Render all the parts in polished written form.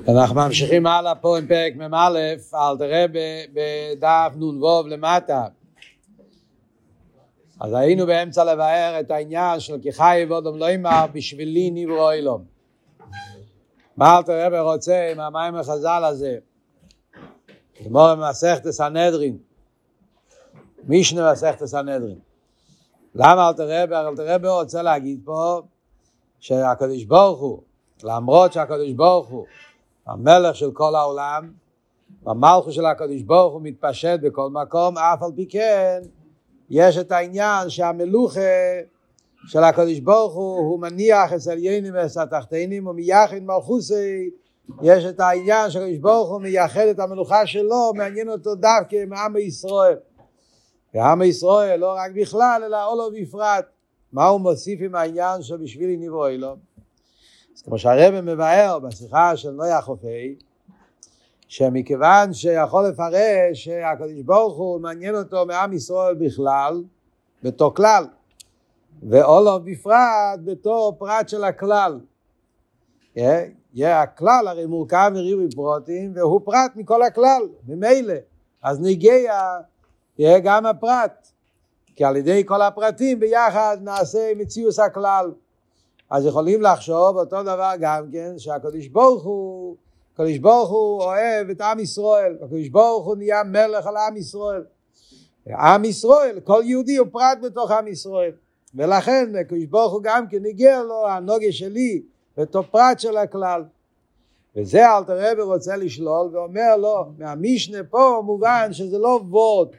אנחנו ממשיכים הלאה פה עם פרק מ"א, אל תראה בדף נ"ו למטה. אז היינו באמצע לבאר את העניין של כי חי ואדם לא יאמר בשבילי נברא אלוהים. מה אל תראה רוצה עם המים החז"ל הזה? כמו במסכת סנהדרין, משנה מסכת סנהדרין. למה אל תראה רוצה להגיד פה שהקדוש ברוך הוא, למרות שהקדוש ברוך הוא המלך של כל העולם, והמלכות של הקדוש ברוך הוא מתפשט בכל מקום, אף על פי כן יש את העניין שהמלוכה של הקדוש ברוך הוא מניח את העליונים ואת התחתונים ומייחד מלכוסי. יש את העניין שהקדוש ברוך הוא מייחד את המלוכה שלו, מעניין אותו דווקא מעם ישראל, ועם ישראל לא רק בכלל אלא עולו בפרט. מה הוא מוסיף עם העניין שבשבילי נברא אלוהים? אז כמו שהרב מבאר בשיחה של נויה חופי, שמכיוון שיכול לפרש שהקדוש ברוך הוא מעניין אותו מעם ישראל בכלל, בתור כלל, ועולו בפרט בתור פרט של הכלל. הכלל הרי מורכב מריבוי פרוטים, והוא פרט מכל הכלל, ממילא. אז נגיע גם הפרט, כי על ידי כל הפרטים ביחד נעשה מציאות הכלל. אז יכולים לחשוב אותו דבר גם כן, שהקדוש ברוך הוא אוהב את עם ישראל, הקדוש ברוך הוא נהיה מלך על עם ישראל. עם ישראל, כל יהודי הוא פרט בתוך עם ישראל, ולכן הקדוש ברוך הוא גם כן הגיע לו הנוגה שלי בתור פרט של הכלל. וזה אל תראה ורוצה לשלול ואומר לו, מהמשנה פה מובן שזה לא וורט,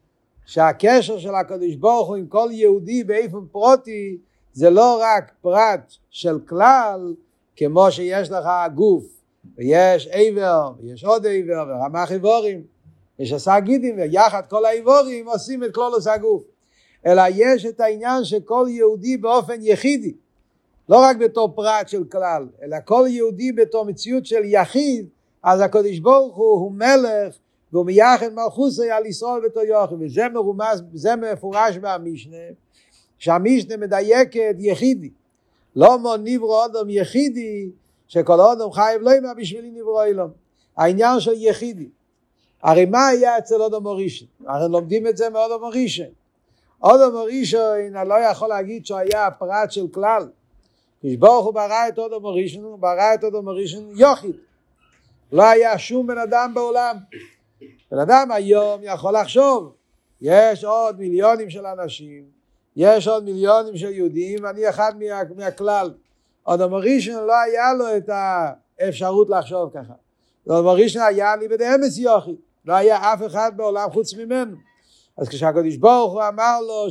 שהקשר של הקדוש ברוך הוא עם כל יהודי באופן פרוטי זה לא רק פרט של כלל, כמו שיש לך גוף, ויש עבר, ויש עוד עבר, ורמ"ח איבורים, יש עשה גידים, ויחד כל האיבורים עושים את כלולוס הגוף. אלא יש את העניין שכל יהודי באופן יחידי, לא רק בתור פרט של כלל, אלא כל יהודי בתור מציאות של יחיד, אז הקדוש ברוך הוא מלך, והוא מייחד מלכוסי על ישראל בתור יחיד. וזה מרומז, זה מפורש במשנה, שהמשנה מדייקת יחידי. לא מו נברא אדם יחידי, שכל אדם חייב לא יאמר בשבילי נברא אלוהים. העניין של יחידי. הרי מה היה אצל אדם הראשון? הרי לומדים את זה מאדם הראשון. אדם הראשון לא יכול להגיד שהוא היה פרט של כלל. כשברוך הוא ברא את אדם הראשון, הוא ברא את אדם הראשון יחיד. לא היה שום בן אדם בעולם. בן אדם היום יכול לחשוב, יש עוד מיליונים של אנשים, יש עוד מיליונים של יהודים, ואני אחד מהכלל. אדם הראשון לא היה לו את האפשרות לחשוב ככה. אדם הראשון היה לי בדאמס יחיד, לא היה אף אחד בעולם חוץ ממנו. אז כשהקדוש ברוך הוא אמר לו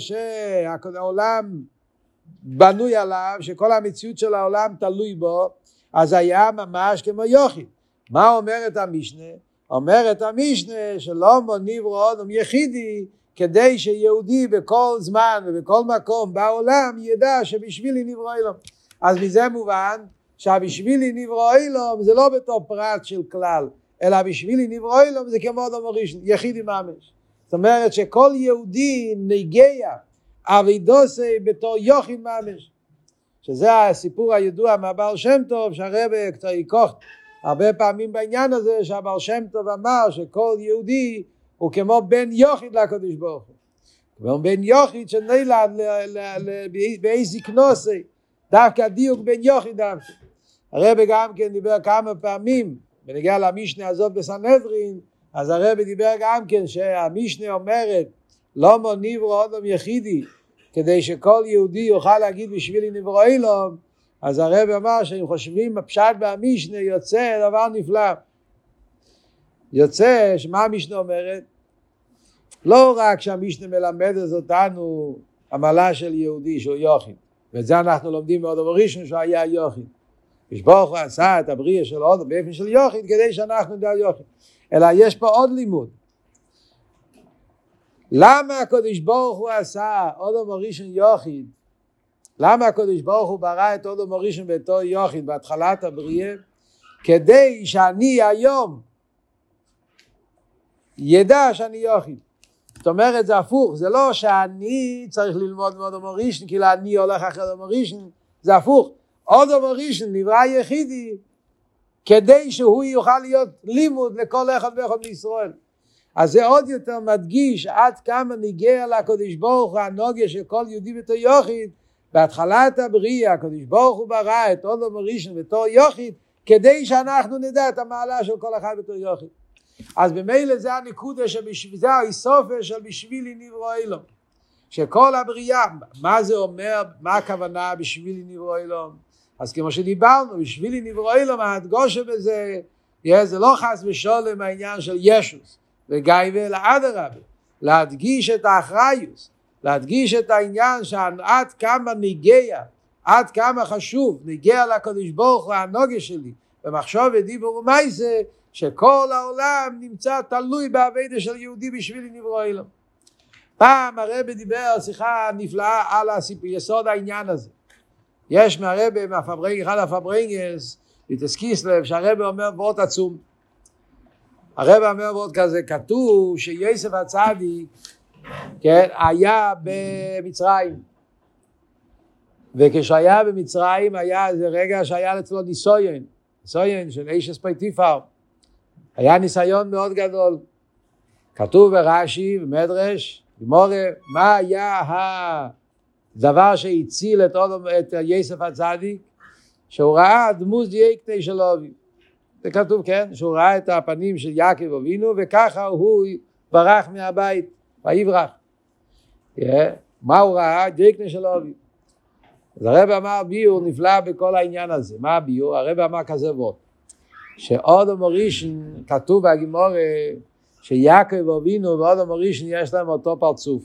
שהעולם בנוי עליו, שכל המציאות של העולם תלוי בו, אז היה ממש כמו יחיד. מה אומרת המשנה? אומרת המשנה שלא נברא אדם יחידי, כדי שיהודי בכל זמן ובכל מקום בעולם ידע שבשבילי נברא אלוהים. אז מזה מובן שהבשבילי נברא אלוהים זה לא בתור פרט של כלל, אלא בשבילי נברא אלוהים זה כמו אדם הראשון, יחידי ממש. זאת אומרת שכל יהודי נגיע אבידוסי בתור יחיד ממש, שזה הסיפור הידוע מהבעל שם טוב, שהרב קצת ייקח הרבה פעמים בעניין הזה, שהבעל שם טוב אמר שכל יהודי הוא כמו בן יחיד לקדוש ברוך הוא, כמו בן יחיד שנולד באיזי כנוסי, דווקא דיוק בן יחיד דווקא. הרב גם כן דיבר כמה פעמים בנגיע למשנה הזאת בסנהדרין, אז הרב דיבר גם כן שהמשנה אומרת לא מו נברא אדם יחידי, כדי שכל יהודי יוכל להגיד בשבילי נברא אלוהים. אז הרב אמר שאם חושבים הפשט במשנה יוצא דבר נפלא. יוצא שמה המשנה אומרת? לא רק שהמשנה מלמדת אותנו המעלה של יהודי שהוא יחיד, ואת זה אנחנו לומדים מאדם הראשון שהוא היה יחיד. ברוך הוא עשה את הבריאה של אדם באופן של יחיד כדי שאנחנו נדע יחיד. אלא יש פה עוד לימוד. למה הקדוש ברוך הוא עשה אדם הראשון יחיד? למה הקדוש ברוך הוא ברא את אדם הראשון בתור יחיד בהתחלת הבריאה? כדי שאני היום ידע שאני יחיד. זאת אומרת זה הפוך, זה לא שאני צריך ללמוד מאדם הראשון כאילו אני הולך אחרי אדם הראשון, זה הפוך. אדם הראשון נברא יחידי כדי שהוא יוכל להיות לימוד לכל אחד ואחד מישראל. אז זה עוד יותר מדגיש עד כמה ניגע לקדוש ברוך הוא הנוגע של כל יהודי בתור יחיד. בהתחלת הבריאה הקדוש ברוך הוא ברא את אדם הראשון בתור יחיד, כדי שאנחנו נדע את המעלה של כל אחד בתור יחיד. אז במילא זה הנקודה, זה האיסופיה של בשבילי נברא אלוהים. שכל הבריאה, מה זה אומר, מה הכוונה בשבילי נברא אלוהים? אז כמו שדיברנו, בשבילי נברא אלוהים, ההדגושה בזה, זה לא חס ושלום העניין של ישוס וגייבה, לאדרבה, להדגיש את האחריות, להדגיש את העניין שעד כמה ניגע, עד כמה חשוב, ניגע לקדוש ברוך הוא הנוגע שלי, במחשוב ודיבור ומעשה, שכל העולם נמצא תלוי בעבודה של יהודי בשבילי נברא אלוהים. פעם הרב דיבר שיחה נפלאה על יסוד העניין הזה. יש מהרב, אחד הפברנגרס, בתסקיסלב, שהרב אומר וורט עצום. הרב אומר וורט כזה, כתוב שיוסף הצדיק, כן, היה במצרים. וכשהיה במצרים היה איזה רגע שהיה אצלו ניסיון של איש פוטיפר. היה ניסיון מאוד גדול. כתוב ברש"י במדרש, גמרא, מה היה הדבר שהציל את יוסף הצדיק? שהוא ראה דמות דייקטי של אביו. זה כתוב, כן? שהוא ראה את הפנים של יעקב אבינו, וככה הוא ברח מהבית, ויברח. מה הוא ראה? דייקטי של אביו. אז הרב אמר ביור נפלא בכל העניין הזה. מה הביור? הרב אמר כזה וורט. שאדם הראשון, כתוב בגמרא, שיעקב אבינו ואדם הראשון יש להם אותו פרצוף.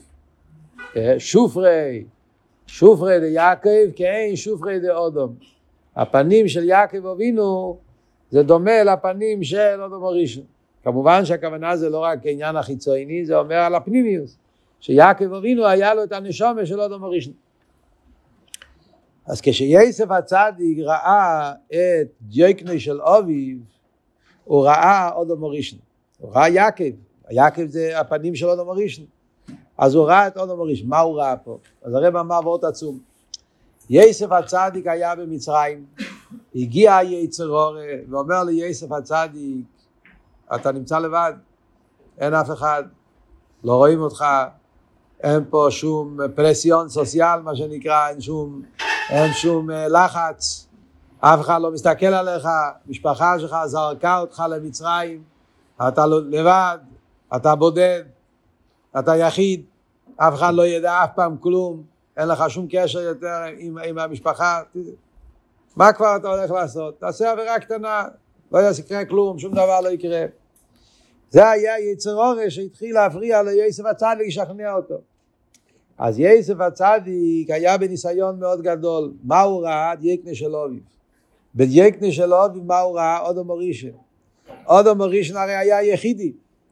שופרי ליעקב כאין שופרי לאדם. הפנים של יעקב אבינו זה דומה לפנים של אדם הראשון. כמובן שהכוונה זה לא רק עניין החיצוני, זה אומר על הפנימיוס. שיעקב אבינו היה לו את הנשמה של אדם הראשון. אז כשיוסף הצדיק ראה את דיוקנו של אביו, הוא ראה אדם הראשון. הוא ראה יעקב זה הפנים של אדם הראשון. אז הוא ראה את אדם הראשון. מה הוא ראה פה? אז הרב אמר וורט עצום. יוסף הצדיק היה במצרים, הגיע יצר אור ואומר ליוסף הצדיק, אתה נמצא לבד, אין אף אחד, לא רואים אותך, אין פה שום פרסיון סוציאל מה שנקרא, אין שום לחץ, אף אחד לא מסתכל עליך, משפחה שלך זרקה אותך למצרים, אתה לבד, אתה בודד, אתה יחיד, אף אחד לא ידע אף פעם כלום, אין לך שום קשר יותר עם המשפחה. מה כבר אתה הולך לעשות? תעשה עבירה קטנה, לא יקרה כלום, שום דבר לא יקרה. זה היה יצר אור שהתחיל להפריע ליוסף הצדיק לשכנע אותו. אז יוסף הצדיק היה בניסיון מאוד גדול. מה הוא ראה? דיוקנו של אביו. בדיוקנו של אביו מה הוא ראה? אדם הראשון. אדם הראשון הרי היה יחידי.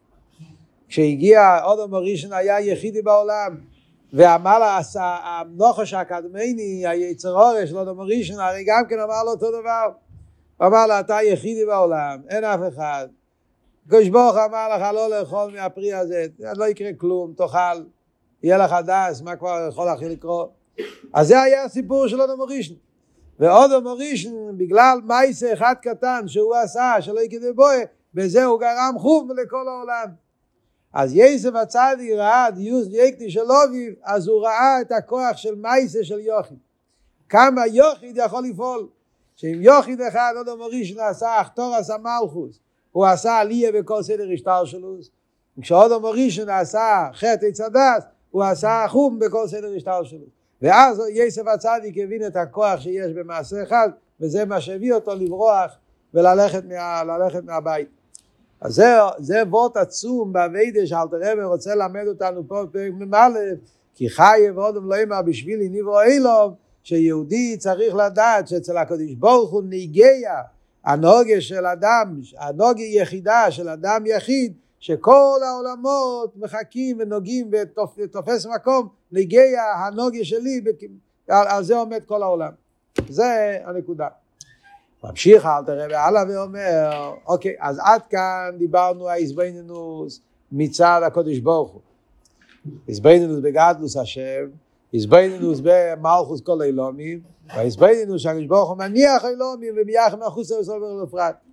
כשהגיע אדם הראשון היה יחידי בעולם. ואמר לה, הנוחש הקדמני, היצר אור של אדם הראשון, הרי גם כן אמר לו אותו דבר. הוא אמר לה, אתה יחידי בעולם, אין אף אחד. הקדוש ברוך הוא אמר לך לא לאכול מהפרי הזה, לא יקרה כלום, תאכל, יהיה לך דס, מה כבר יכול להכיל לקרוא. אז זה היה הסיפור של אדם הראשון. ואדם הראשון, בגלל מעשה אחד קטן שהוא עשה, שלא יקרה בו, בזה הוא גרם חוב לכל העולם. אז יוסף הצדיק ראה דיוס דיוקנו של אביו, אז הוא ראה את הכוח של מעשה של יחיד. כמה יחיד יכול לפעול. שאם יחיד אחד אדם הראשון עשה אחתור עשה מלכוס, הוא עשה עלייה בכל סדר השטר שלו. כשאדם הראשון עשה חטא עץ הדת, הוא עשה חום בכל סדר השטר שלו. ואז יוסף הצדיק הבין את הכוח שיש במעשה אחד, וזה מה שהביא אותו לברוח וללכת מהבית. אז זה וורט עצום בעבודה שאלתר רבי רוצה ללמד אותנו פה בפרק מ"א, כי חייב אדם לא יאמר בשבילי נברא אלוהים, שיהודי צריך לדעת שאצל הקדוש ברוך הוא ניגע הנוגה של אדם, הנוגה יחידה של אדם יחיד, שכל העולמות מחכים ונוגעים ותופס מקום, ניגע הנוגה שלי, על זה עומד כל העולם. זה הנקודה. ממשיך אלתר רבי הלאה ואומר, אוקיי, אז עד כאן דיברנו על ההתבוננות מצד הקדוש ברוך הוא. התבוננות בגדלות השם, התבוננות במלכות כל העולמים, והתבוננות שהקדוש ברוך הוא מניח העולמים ומייחד מהחוץ ובסוף בפרט.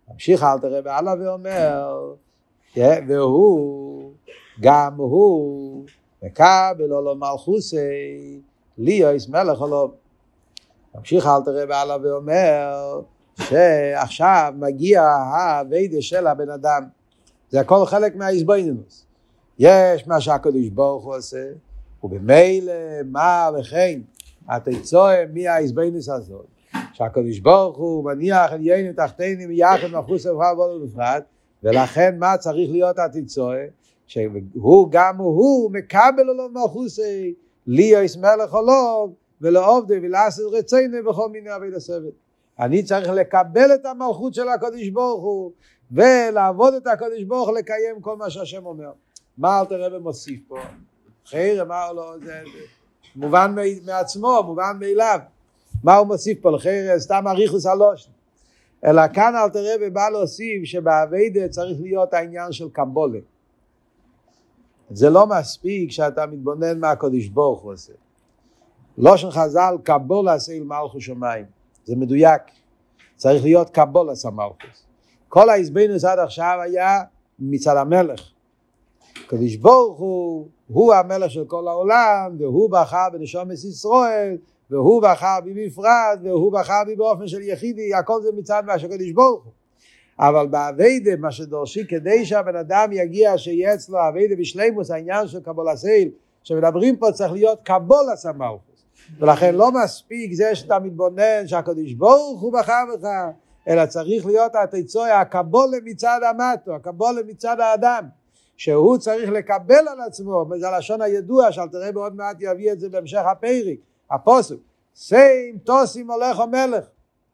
ממשיך אלתר רבי הלאה ואומר, והוא, גם הוא, מקבל עולו מלכוסי, ליאוס מלך עולו. ממשיך אלתר רבי הלאה ואומר, שעכשיו מגיע העבודה של הבן אדם. זה הכל חלק מההסבוננות. יש מה שהקדוש ברוך הוא עושה, ובמילא מה וכן, התוצאה מההסבוננות הזאת. שהקדוש ברוך הוא מניח עלינו תחתינו יחד מחוץ ובפרט ובפרט, ולכן מה צריך להיות התוצאה? שהוא גם הוא מקבל עליו מלכוסי, ליאוס מלך עולו, ולעובדו ולעשות רצונו בכל מיני עבודת סבל. אני צריך לקבל את המלכות של הקדוש ברוך הוא, ולעבוד את הקדוש ברוך הוא לקיים כל מה שהשם אומר. מה אלתר רבי מוסיף פה? חיר אמר לו, זה מובן מעצמו, מובן מאליו. מה הוא מוסיף פה? לחיר סתם אריכוס הלושן. אלא כאן אלתר רבי בא להוסיף שבעבודה צריך להיות העניין של קבולה. זה לא מספיק שאתה מתבונן מה הקדוש ברוך הוא עושה. לושן חז"ל, קבולה עשה אל מלכות שמיים. זה מדויק. צריך להיות קבולה עשה מלכות. כל ההסבוננות עד עכשיו היה מצד המלך. הקדוש ברוך הוא המלך של כל העולם, והוא בחר בנשומת ישראל, והוא בחר בי בפרט, והוא בחר בי באופן של יחידי, הכל זה מצד מה שהקדוש ברוך הוא. אבל בעבודה, מה שדורשי כדי שהבן אדם יגיע שיהיה אצלו עבודה בשלימוס, העניין של קבולה סייל, שמדברים פה צריך להיות קבולה סמלכוס. ולכן לא מספיק זה שאתה מתבונן שהקדוש ברוך הוא בחר בך, אלא צריך להיות התוצאה, הקבולה מצד המטו, הקבולה מצד האדם, שהוא צריך לקבל על עצמו, זה הלשון הידוע, שאלתר רבי עוד מעט יביא את זה בהמשך הפרק, הפסוק, סיים תוסים הולך המלך.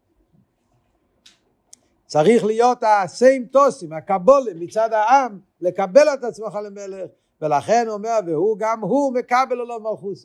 צריך להיות הסיים תוסים, הקבולה מצד העם, לקבל את עצמך למלך, ולכן הוא אומר, והוא גם הוא מקבל עליו מלכוסי.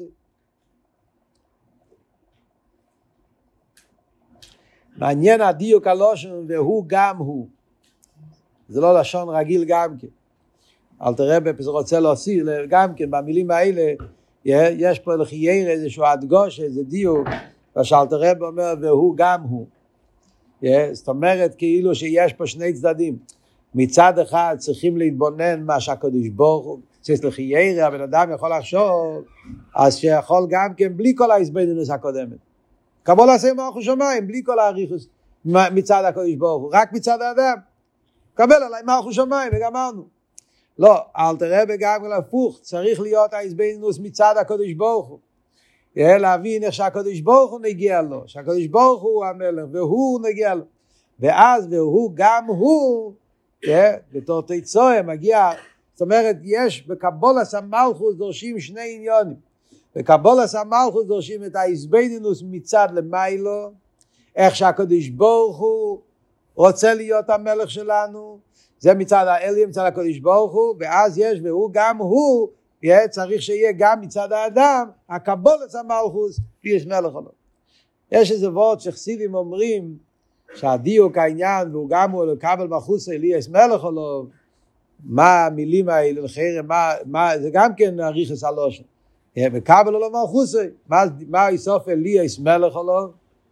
מעניין הדיוק הלושן, והוא גם הוא. זה לא לשון רגיל גם כן. אלתר רבי רוצה להוסיף, גם כן במילים האלה, יש פה לחייר איזשהו הדגוש, איזה דיוק, ושאלתר רבי אומר, והוא גם הוא. זאת אומרת כאילו שיש פה שני צדדים. מצד אחד צריכים להתבונן מה שהקדוש ברוך הוא, שיש לחייר, הבן אדם יכול לחשוב, אז שיכול גם כן בלי כל ההסבוננות הקודמת. קבול עשה מלכות שמיים, בלי כל האריכות מצד הקדוש ברוך הוא, רק מצד האדם. קבל עליי מלכות שמיים, וגמרנו. לא, אלתר רבי גם הפוך, צריך להיות ההסבוננות מצד הקדוש ברוך הוא. להבין איך שהקדוש ברוך הוא נגיע לו, שהקדוש ברוך הוא המלך, והוא נגיע לו. ואז והוא גם הוא, בתור תוצאה מגיע, זאת אומרת, יש בקבולת המלכות דורשים שני עניונים. בקבולת המלכות דורשים את ההסבוננות מצד למיילו, איך שהקדוש ברוך הוא רוצה להיות המלך שלנו, זה מצד האלים, מצד הקדוש ברוך הוא, ואז יש והוא גם הוא, צריך שיהיה גם מצד האדם, הקבולת המלכות, יש מלך עליו. יש איזה וורט שחסידים אומרים, שהדיוק העניין, והוא גם הוא לקבל מלכות, יש מלך עליו, מה המילים האלה, זה גם כן אריכוס הלושן. מקבל עליו מלכות, מה יסוף יש מלך עליו?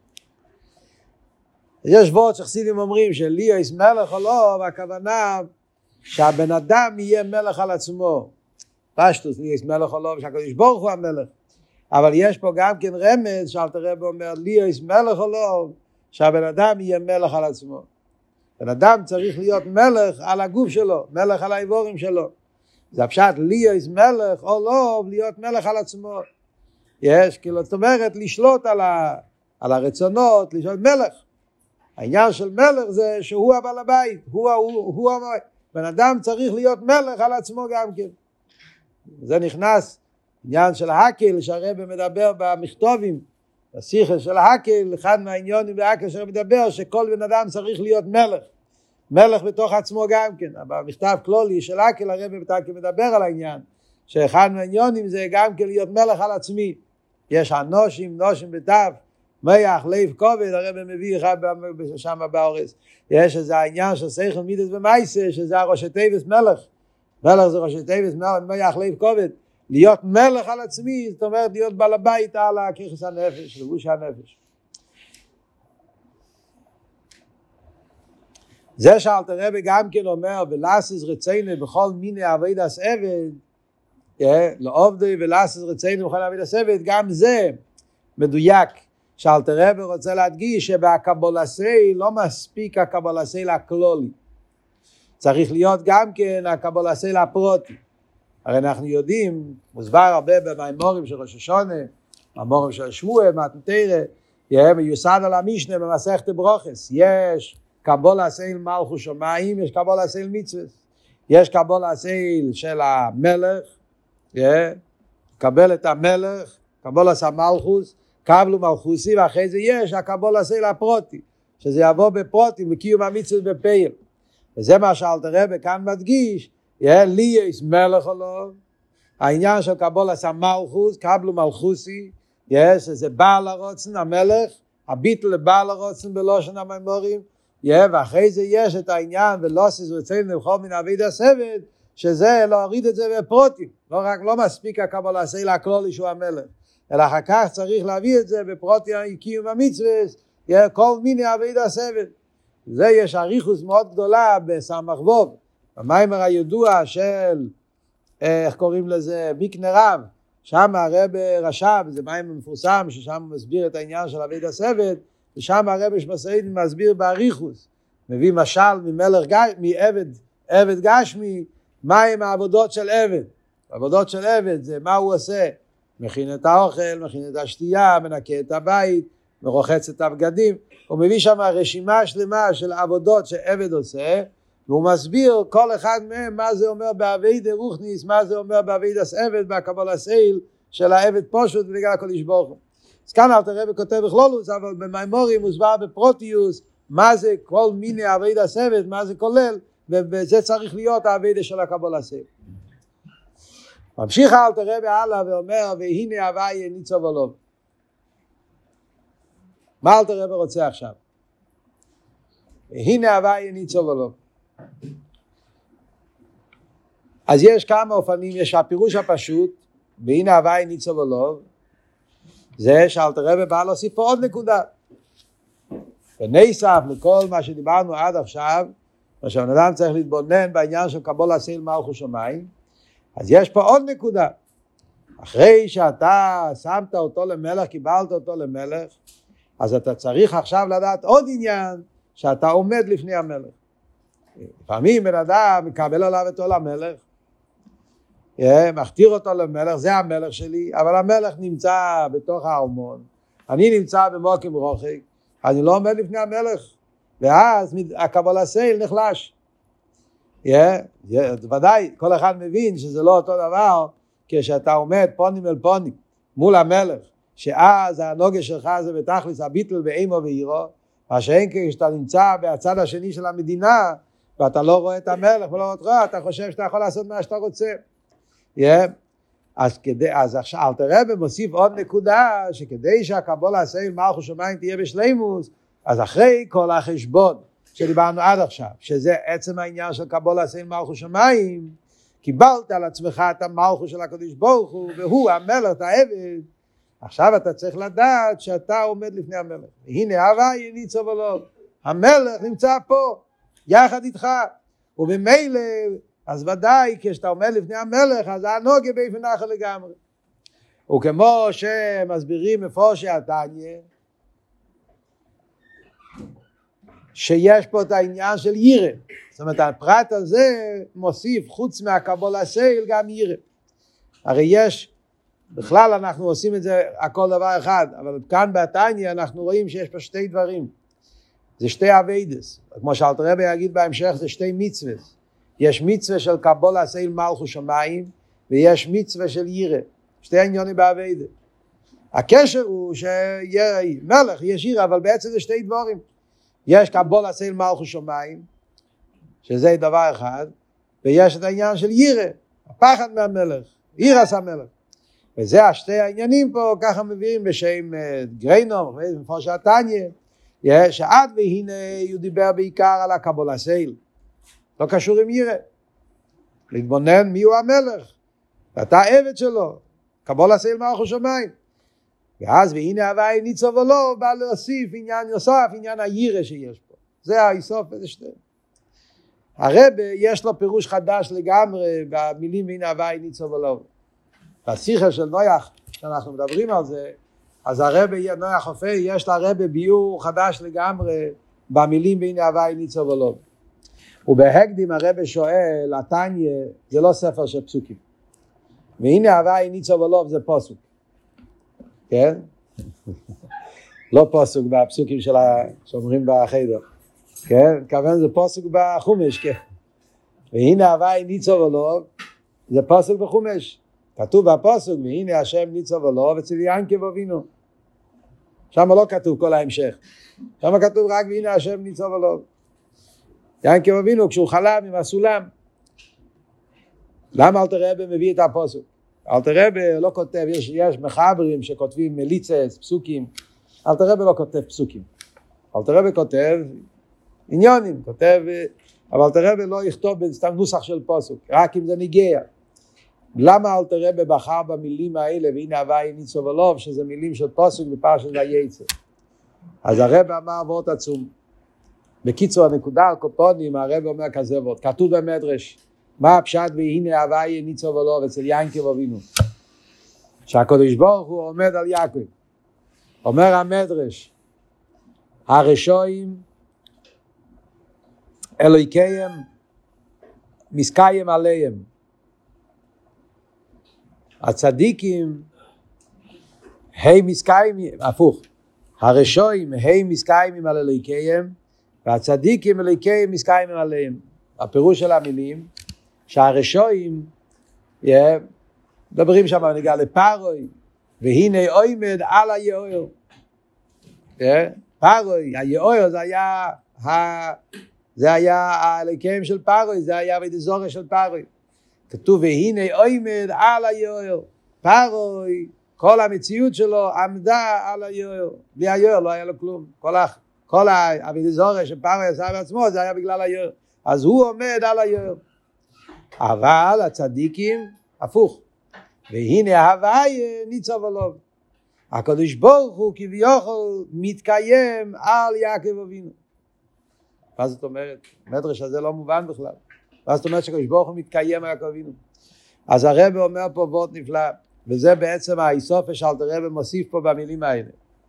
יש וורט שחסידים אומרים, יש מלך עליו, הכוונה שהבן אדם יהיה מלך על עצמו. פשטוס, יש מלך עליו, שהקדוש ברוך הוא המלך. אבל יש פה גם כן רמז, שאלתר רבי אומר, יש מלך עליו, שהבן אדם יהיה מלך על עצמו. בן אדם צריך להיות מלך על הגוף שלו, מלך על האיבורים שלו. זה הפשט, יש מלך עליו, להיות מלך על עצמו. יש, כאילו, זאת אומרת, לשלוט על הרצונות, לשלוט מלך. העניין של מלך זה שהוא הבעל הבית, הוא המלך. בן אדם צריך להיות מלך על עצמו גם כן. זה נכנס עניין של ההקל שהרבא מדבר במכתובים, בשיחה של ההקל, אחד מהעניונים בהקל שהרבא מדבר שכל בן אדם צריך להיות מלך בתוך עצמו גם כן. במכתב כלולי של ההקל הרבא מדבר על העניין שאחד מהעניונים זה גם כן להיות מלך על עצמי. יש הנושים, נושים בתו, מייח, לב, כובד, הרבא מביא אחד שם באורס. יש איזה העניין של שכל מידס ומייסה, שזה הראשי תיבס מלך. מלך זה ראשי תיבס, מייח, לב, כובד. להיות מלך על עצמי, זאת אומרת להיות בעל הבית על הכיחס הנפש, לבוש הנפש. זה שאלתר רבי גם כן אומר, ולעשות רצינו בכל מיני עבודת עבד, לעובדי ולעשות רצינו בכל עבודת עבד, גם זה מדויק. שאלתר רבי רוצה להדגיש שבקבולסי לא מספיק הקבולסי הכללי. צריך להיות גם כן הקבולסי הפרוטי. הרי אנחנו יודעים, מוסבר הרבה במימורים של ראש השונה, מימורים של שבוע, מתנתרא, מיוסד על המשנה במסכת ברוכס. יש קבולסי מלכות שמיים, יש קבולסי מצוות. יש קבולסי של המלך, קבל את המלך, קבולס המלכות, קבלו מלכוסי, ואחרי זה יש הקבולסי לפרוטי, שזה יבוא בפרוטי, בקיום המצוות בפייל. וזה מה שאלתר רבי כאן מדגיש, לי יש מלך או לא, העניין של קבולס המלכות, קבלו מלכוסי, שזה בעל הרוצן, המלך, הביטל לבעל הרוצן בלושן המימורים, ואחרי זה יש את העניין, ולא שזרצינו לבחור מן עבודת עבד, שזה להוריד את זה בפרוטים, לא מספיק הקבולסי הכללי שהוא המלך, אלא אחר כך צריך להביא את זה בפרוטים קיום המצוות, כל מיני עבודת עבד. זה יש אריכות מאוד גדולה בסמ"ך ווב, במיימר הידוע של, איך קוראים לזה, מקנה רב, שם הרב רש"ב, זה מיימר מפורסם, ששם מסביר את העניין של עבודת עבד, ושם הרב שמסעיד מסביר באריכות, מביא משל מעבד גשמי, מהם העבודות של עבד. העבודות של עבד זה מה הוא עושה, מכין את האוכל, מכין את השתייה, מנקה את הבית, מרוחץ את הבגדים, הוא מביא שם רשימה שלמה של עבודות שעבד עושה, והוא מסביר כל אחד מהם מה זה אומר בעבודת רוחניס, מה זה אומר בעבודת עבד, בקבולסי של העבד פשוט ובגלל הקדוש ברוך הוא. אז כאן אלתר רבי כותב בכלולוס, אבל במימורים מוסבר בפרוטיוס, מה זה כל מיני עבודת עבד, מה זה כולל, ובזה צריך להיות העבודה של הקבולסי. ממשיך אלתר רבי הלאה ואומר, והנה הוויה ניצוב עליו. מה אלתר רבי רוצה עכשיו? והנה הוויה ניצוב עליו. אז יש כמה אופנים, יש הפירוש הפשוט, והנה הוויה ניצוב עליו, זה שאלתר רבי בא להוסיף פה עוד נקודה. ונסף לכל מה שדיברנו עד עכשיו, מה שהאדם צריך להתבונן בעניין של קבולת מלכות שמיים, אז יש פה עוד נקודה. אחרי שאתה שמת אותו למלך, קיבלת אותו למלך, אז אתה צריך עכשיו לדעת עוד עניין, שאתה עומד לפני המלך. לפעמים בן אדם מקבל עליו אותו למלך, מכתיר אותו למלך, זה המלך שלי, אבל המלך נמצא בתוך הארמון, אני נמצא במוקם רוחק, אני לא עומד לפני המלך, ואז הקבולסי נחלש. ודאי, כל אחד מבין שזה לא אותו דבר, כשאתה עומד פונים אל פונים, מול המלך, שאז הנוגה שלך זה בתכלס הביטל באימו ואירו, מה שאין כשאתה נמצא בצד השני של המדינה, ואתה לא רואה את המלך ולא רואה אותך, אתה חושב שאתה יכול לעשות מה שאתה רוצה. אז אלתר רבי מוסיף עוד נקודה, שכדי שהקבולת מלכות שמיים תהיה בשלימוס, אז אחרי כל החשבון שדיברנו עד עכשיו, שזה עצם העניין של קבולת מלכות שמיים, קיבלת על עצמך את המלכות של הקדוש ברוך הוא, והוא המלך, את העבד, עכשיו אתה צריך לדעת שאתה עומד לפני המלך. והנה הוויה ניצוב עליו, המלך נמצא פה, יחד איתך, ובמילא, אז ודאי כשאתה עומד לפני המלך, אז הנוגה באופן אחר לגמרי. וכמו שמסבירים מפורשי התניא, שיש פה את העניין של ירא. זאת אומרת, הפרט הזה מוסיף חוץ מהקבולסי גם ירא. הרי יש, בכלל אנחנו עושים את זה הכל דבר אחד, אבל כאן בתניא אנחנו רואים שיש פה שתי דברים. זה שתי עבודות. כמו שאלתר רבי יגיד בהמשך, זה שתי מצוות. יש מצווה של קבולת מלכות שמיים, ויש מצווה של ירא. שתי עניונים בעבודה. הקשר הוא שמלך יש ירא, אבל בעצם זה שתי דברים. יש קבולת מלכות שמיים, שזה דבר אחד, ויש את העניין של ירא, הפחד מהמלך, יראת המלך. וזה השתי העניינים פה, ככה מביאים בשם גריינום, מפורש התניא, שעד והנה הוא דיבר בעיקר על הקבולת, לא קשור עם ירא. להתבונן מי הוא המלך, ואתה עבד שלו, קבולת מלכות שמיים. ואז והנה הוויה ניצוב עליו, בא להוסיף עניין נוסף, עניין הירא שיש פה. זה היסוף וזה שתי. הרב יש לו פירוש חדש לגמרי במילים והנה הוואי ניצוב ולוב. בשיחה של נויח, שאנחנו מדברים על זה, אז הרב נויח חופי, יש לרב ביור חדש לגמרי במילים והנה הוואי ניצוב ולוב. ובהקדים הרב שואל, התניא זה לא ספר של פסוקים. והנה הוואי ניצוב ולוב זה פסוק. כן? לא פסוק בפסוקים שאומרים בחדר. כן? כוון זה פסוק בחומש, כן? והנה הוואי ניצוב ולוב זה פסוק בחומש. כתוב בפסוק, והנה השם ניצוב ולוב אצל יעקב אבינו. שם לא כתוב כל ההמשך. שם כתוב רק והנה השם ניצוב ולוב. יעקב אבינו כשהוא חלם עם הסולם. למה אלתר רבי מביא את הפסוק? אלתר רבי לא כותב, יש מחברים שכותבים מליצס, פסוקים. אלתר רבי לא כותב פסוקים. אלתר רבי כותב עניונים, אבל אלתר רבי לא יכתוב בסתם נוסח של פסוק, רק אם זה נגיע. למה אלתר רבי בחר במילים האלה, והנה הוואי ניצוב ולוב, שזה מילים של פסוק בפרשת ויצא? אז הרבי אמר וורט עצום. בקיצור הנקודה על קופונים, הרבי אומר כזה וורט, כתוב במדרש, מה הפשט והנה הוואי ניצוב ולוב אצל יעקב אבינו? שהקדוש ברוך הוא עומד על יעקב. אומר המדרש, הרשעים אלוהיקיהם מסקיים עליהם. הצדיקים הם מסקיים, הפוך, הרשעים הם מסקיים על אלוהיקיהם, והצדיקים אלוהיקיהם מסקיים עליהם. הפירוש של המילים, שהרשעים, מדברים שם נגיע לפרוי, והנה עומד על היאור. פרוי, היאור זה היה האלוהיקים של פרוי, זה היה ודזורי של פרוי. כתוב והנה עומד על היאור. פרוי, כל המציאות שלו עמדה על היאור. בלי היאור לא היה לו כלום. כל הוודזורי של פרוי עשה בעצמו, זה היה בגלל היאור. אז הוא עומד על היאור. אבל הצדיקים, הפוך. והנה הוואי ניצוב ולוב. הקדוש ברוך הוא כביכול מתקיים על יעקב אבינו. מה זאת אומרת? המדרש הזה לא מובן בכלל. מה זאת אומרת שהקדוש ברוך הוא מתקיים על יעקב אבינו? אז הרב אומר פה וורט נפלא, וזה בעצם האיסופיה שאלתר רבי מוסיף פה במילים האלה.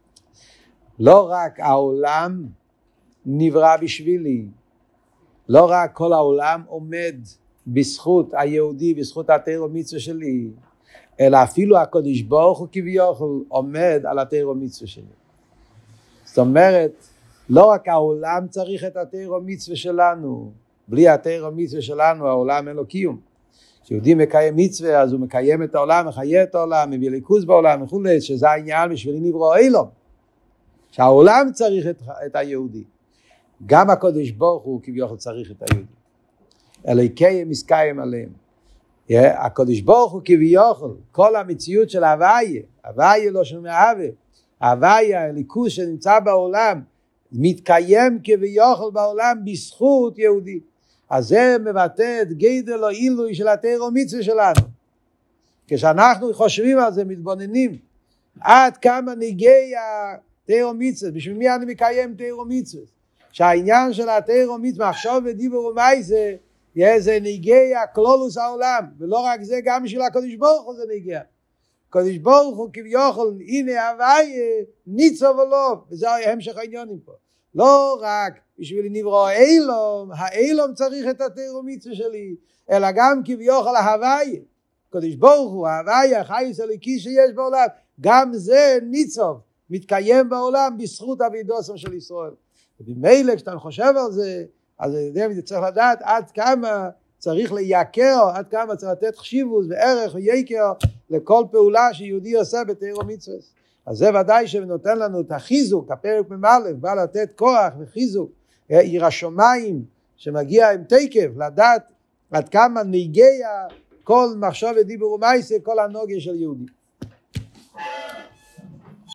לא רק העולם נברא בשבילי, לא רק כל העולם עומד בזכות היהודי, בזכות התורה ומצווה שלי, אלא אפילו הקדוש ברוך הוא כביכול עומד על התורה ומצווה שלי. זאת אומרת, לא רק העולם צריך את התורה ומצווה שלנו, בלי התורה ומצווה שלנו העולם אין לו קיום. כשיהודי מקיים מצווה אז הוא מקיים את העולם, מחיה את העולם, מביא ליכוז בעולם וכו', שזה העניין בשביל נברא אילום. שהעולם צריך את היהודי. גם הקדוש ברוך הוא כביכול צריך את היהודי. אלוהיקיהם מסקיים עליהם. הקדוש ברוך הוא כביכול, כל המציאות של הוויה, הוויה לא של מאהבה, הוויה, הליכוז שנמצא בעולם, מתקיים כביכול בעולם בזכות יהודי. אז זה מבטא את גדול או עילוי של התורה ומצווה שלנו. כשאנחנו חושבים על זה, מתבוננים, עד כמה נגיע התורה ומצווה, בשביל מי אני מקיים תורה ומצווה? שהעניין של התורה ומצווה, מחשוב ודיבור ומעשה, זה נגיע כלולוס העולם, ולא רק זה, גם בשביל הקדוש ברוך הוא זה נגיע. הקדוש ברוך הוא כביכול, הנה הוואי ניצוב ולוב, וזה המשך העניונים פה. לא רק בשביל נברא אילום, האילום צריך את התורה ומצווה שלי, אלא גם כביכול ההוואי. הקדוש ברוך הוא, ההוואי, החייס אלוקי שיש בעולם, גם זה ניצוב, מתקיים בעולם בזכות אבידוסם של ישראל. ובמילא כשאתה חושב על זה, אז אני צריך לדעת עד כמה צריך לייקר, עד כמה צריך לתת חשיבות וערך ויקר לכל פעולה שיהודי עושה בתורה ומצווה. אז זה ודאי שנותן לנו את החיזוק, הפרק ממלא, בא לתת כוח וחיזוק, עיר השומיים שמגיע עם תקף, לדעת עד כמה נגיע כל מחשב ודיבור ומעשה, כל הנוגע של יהודי.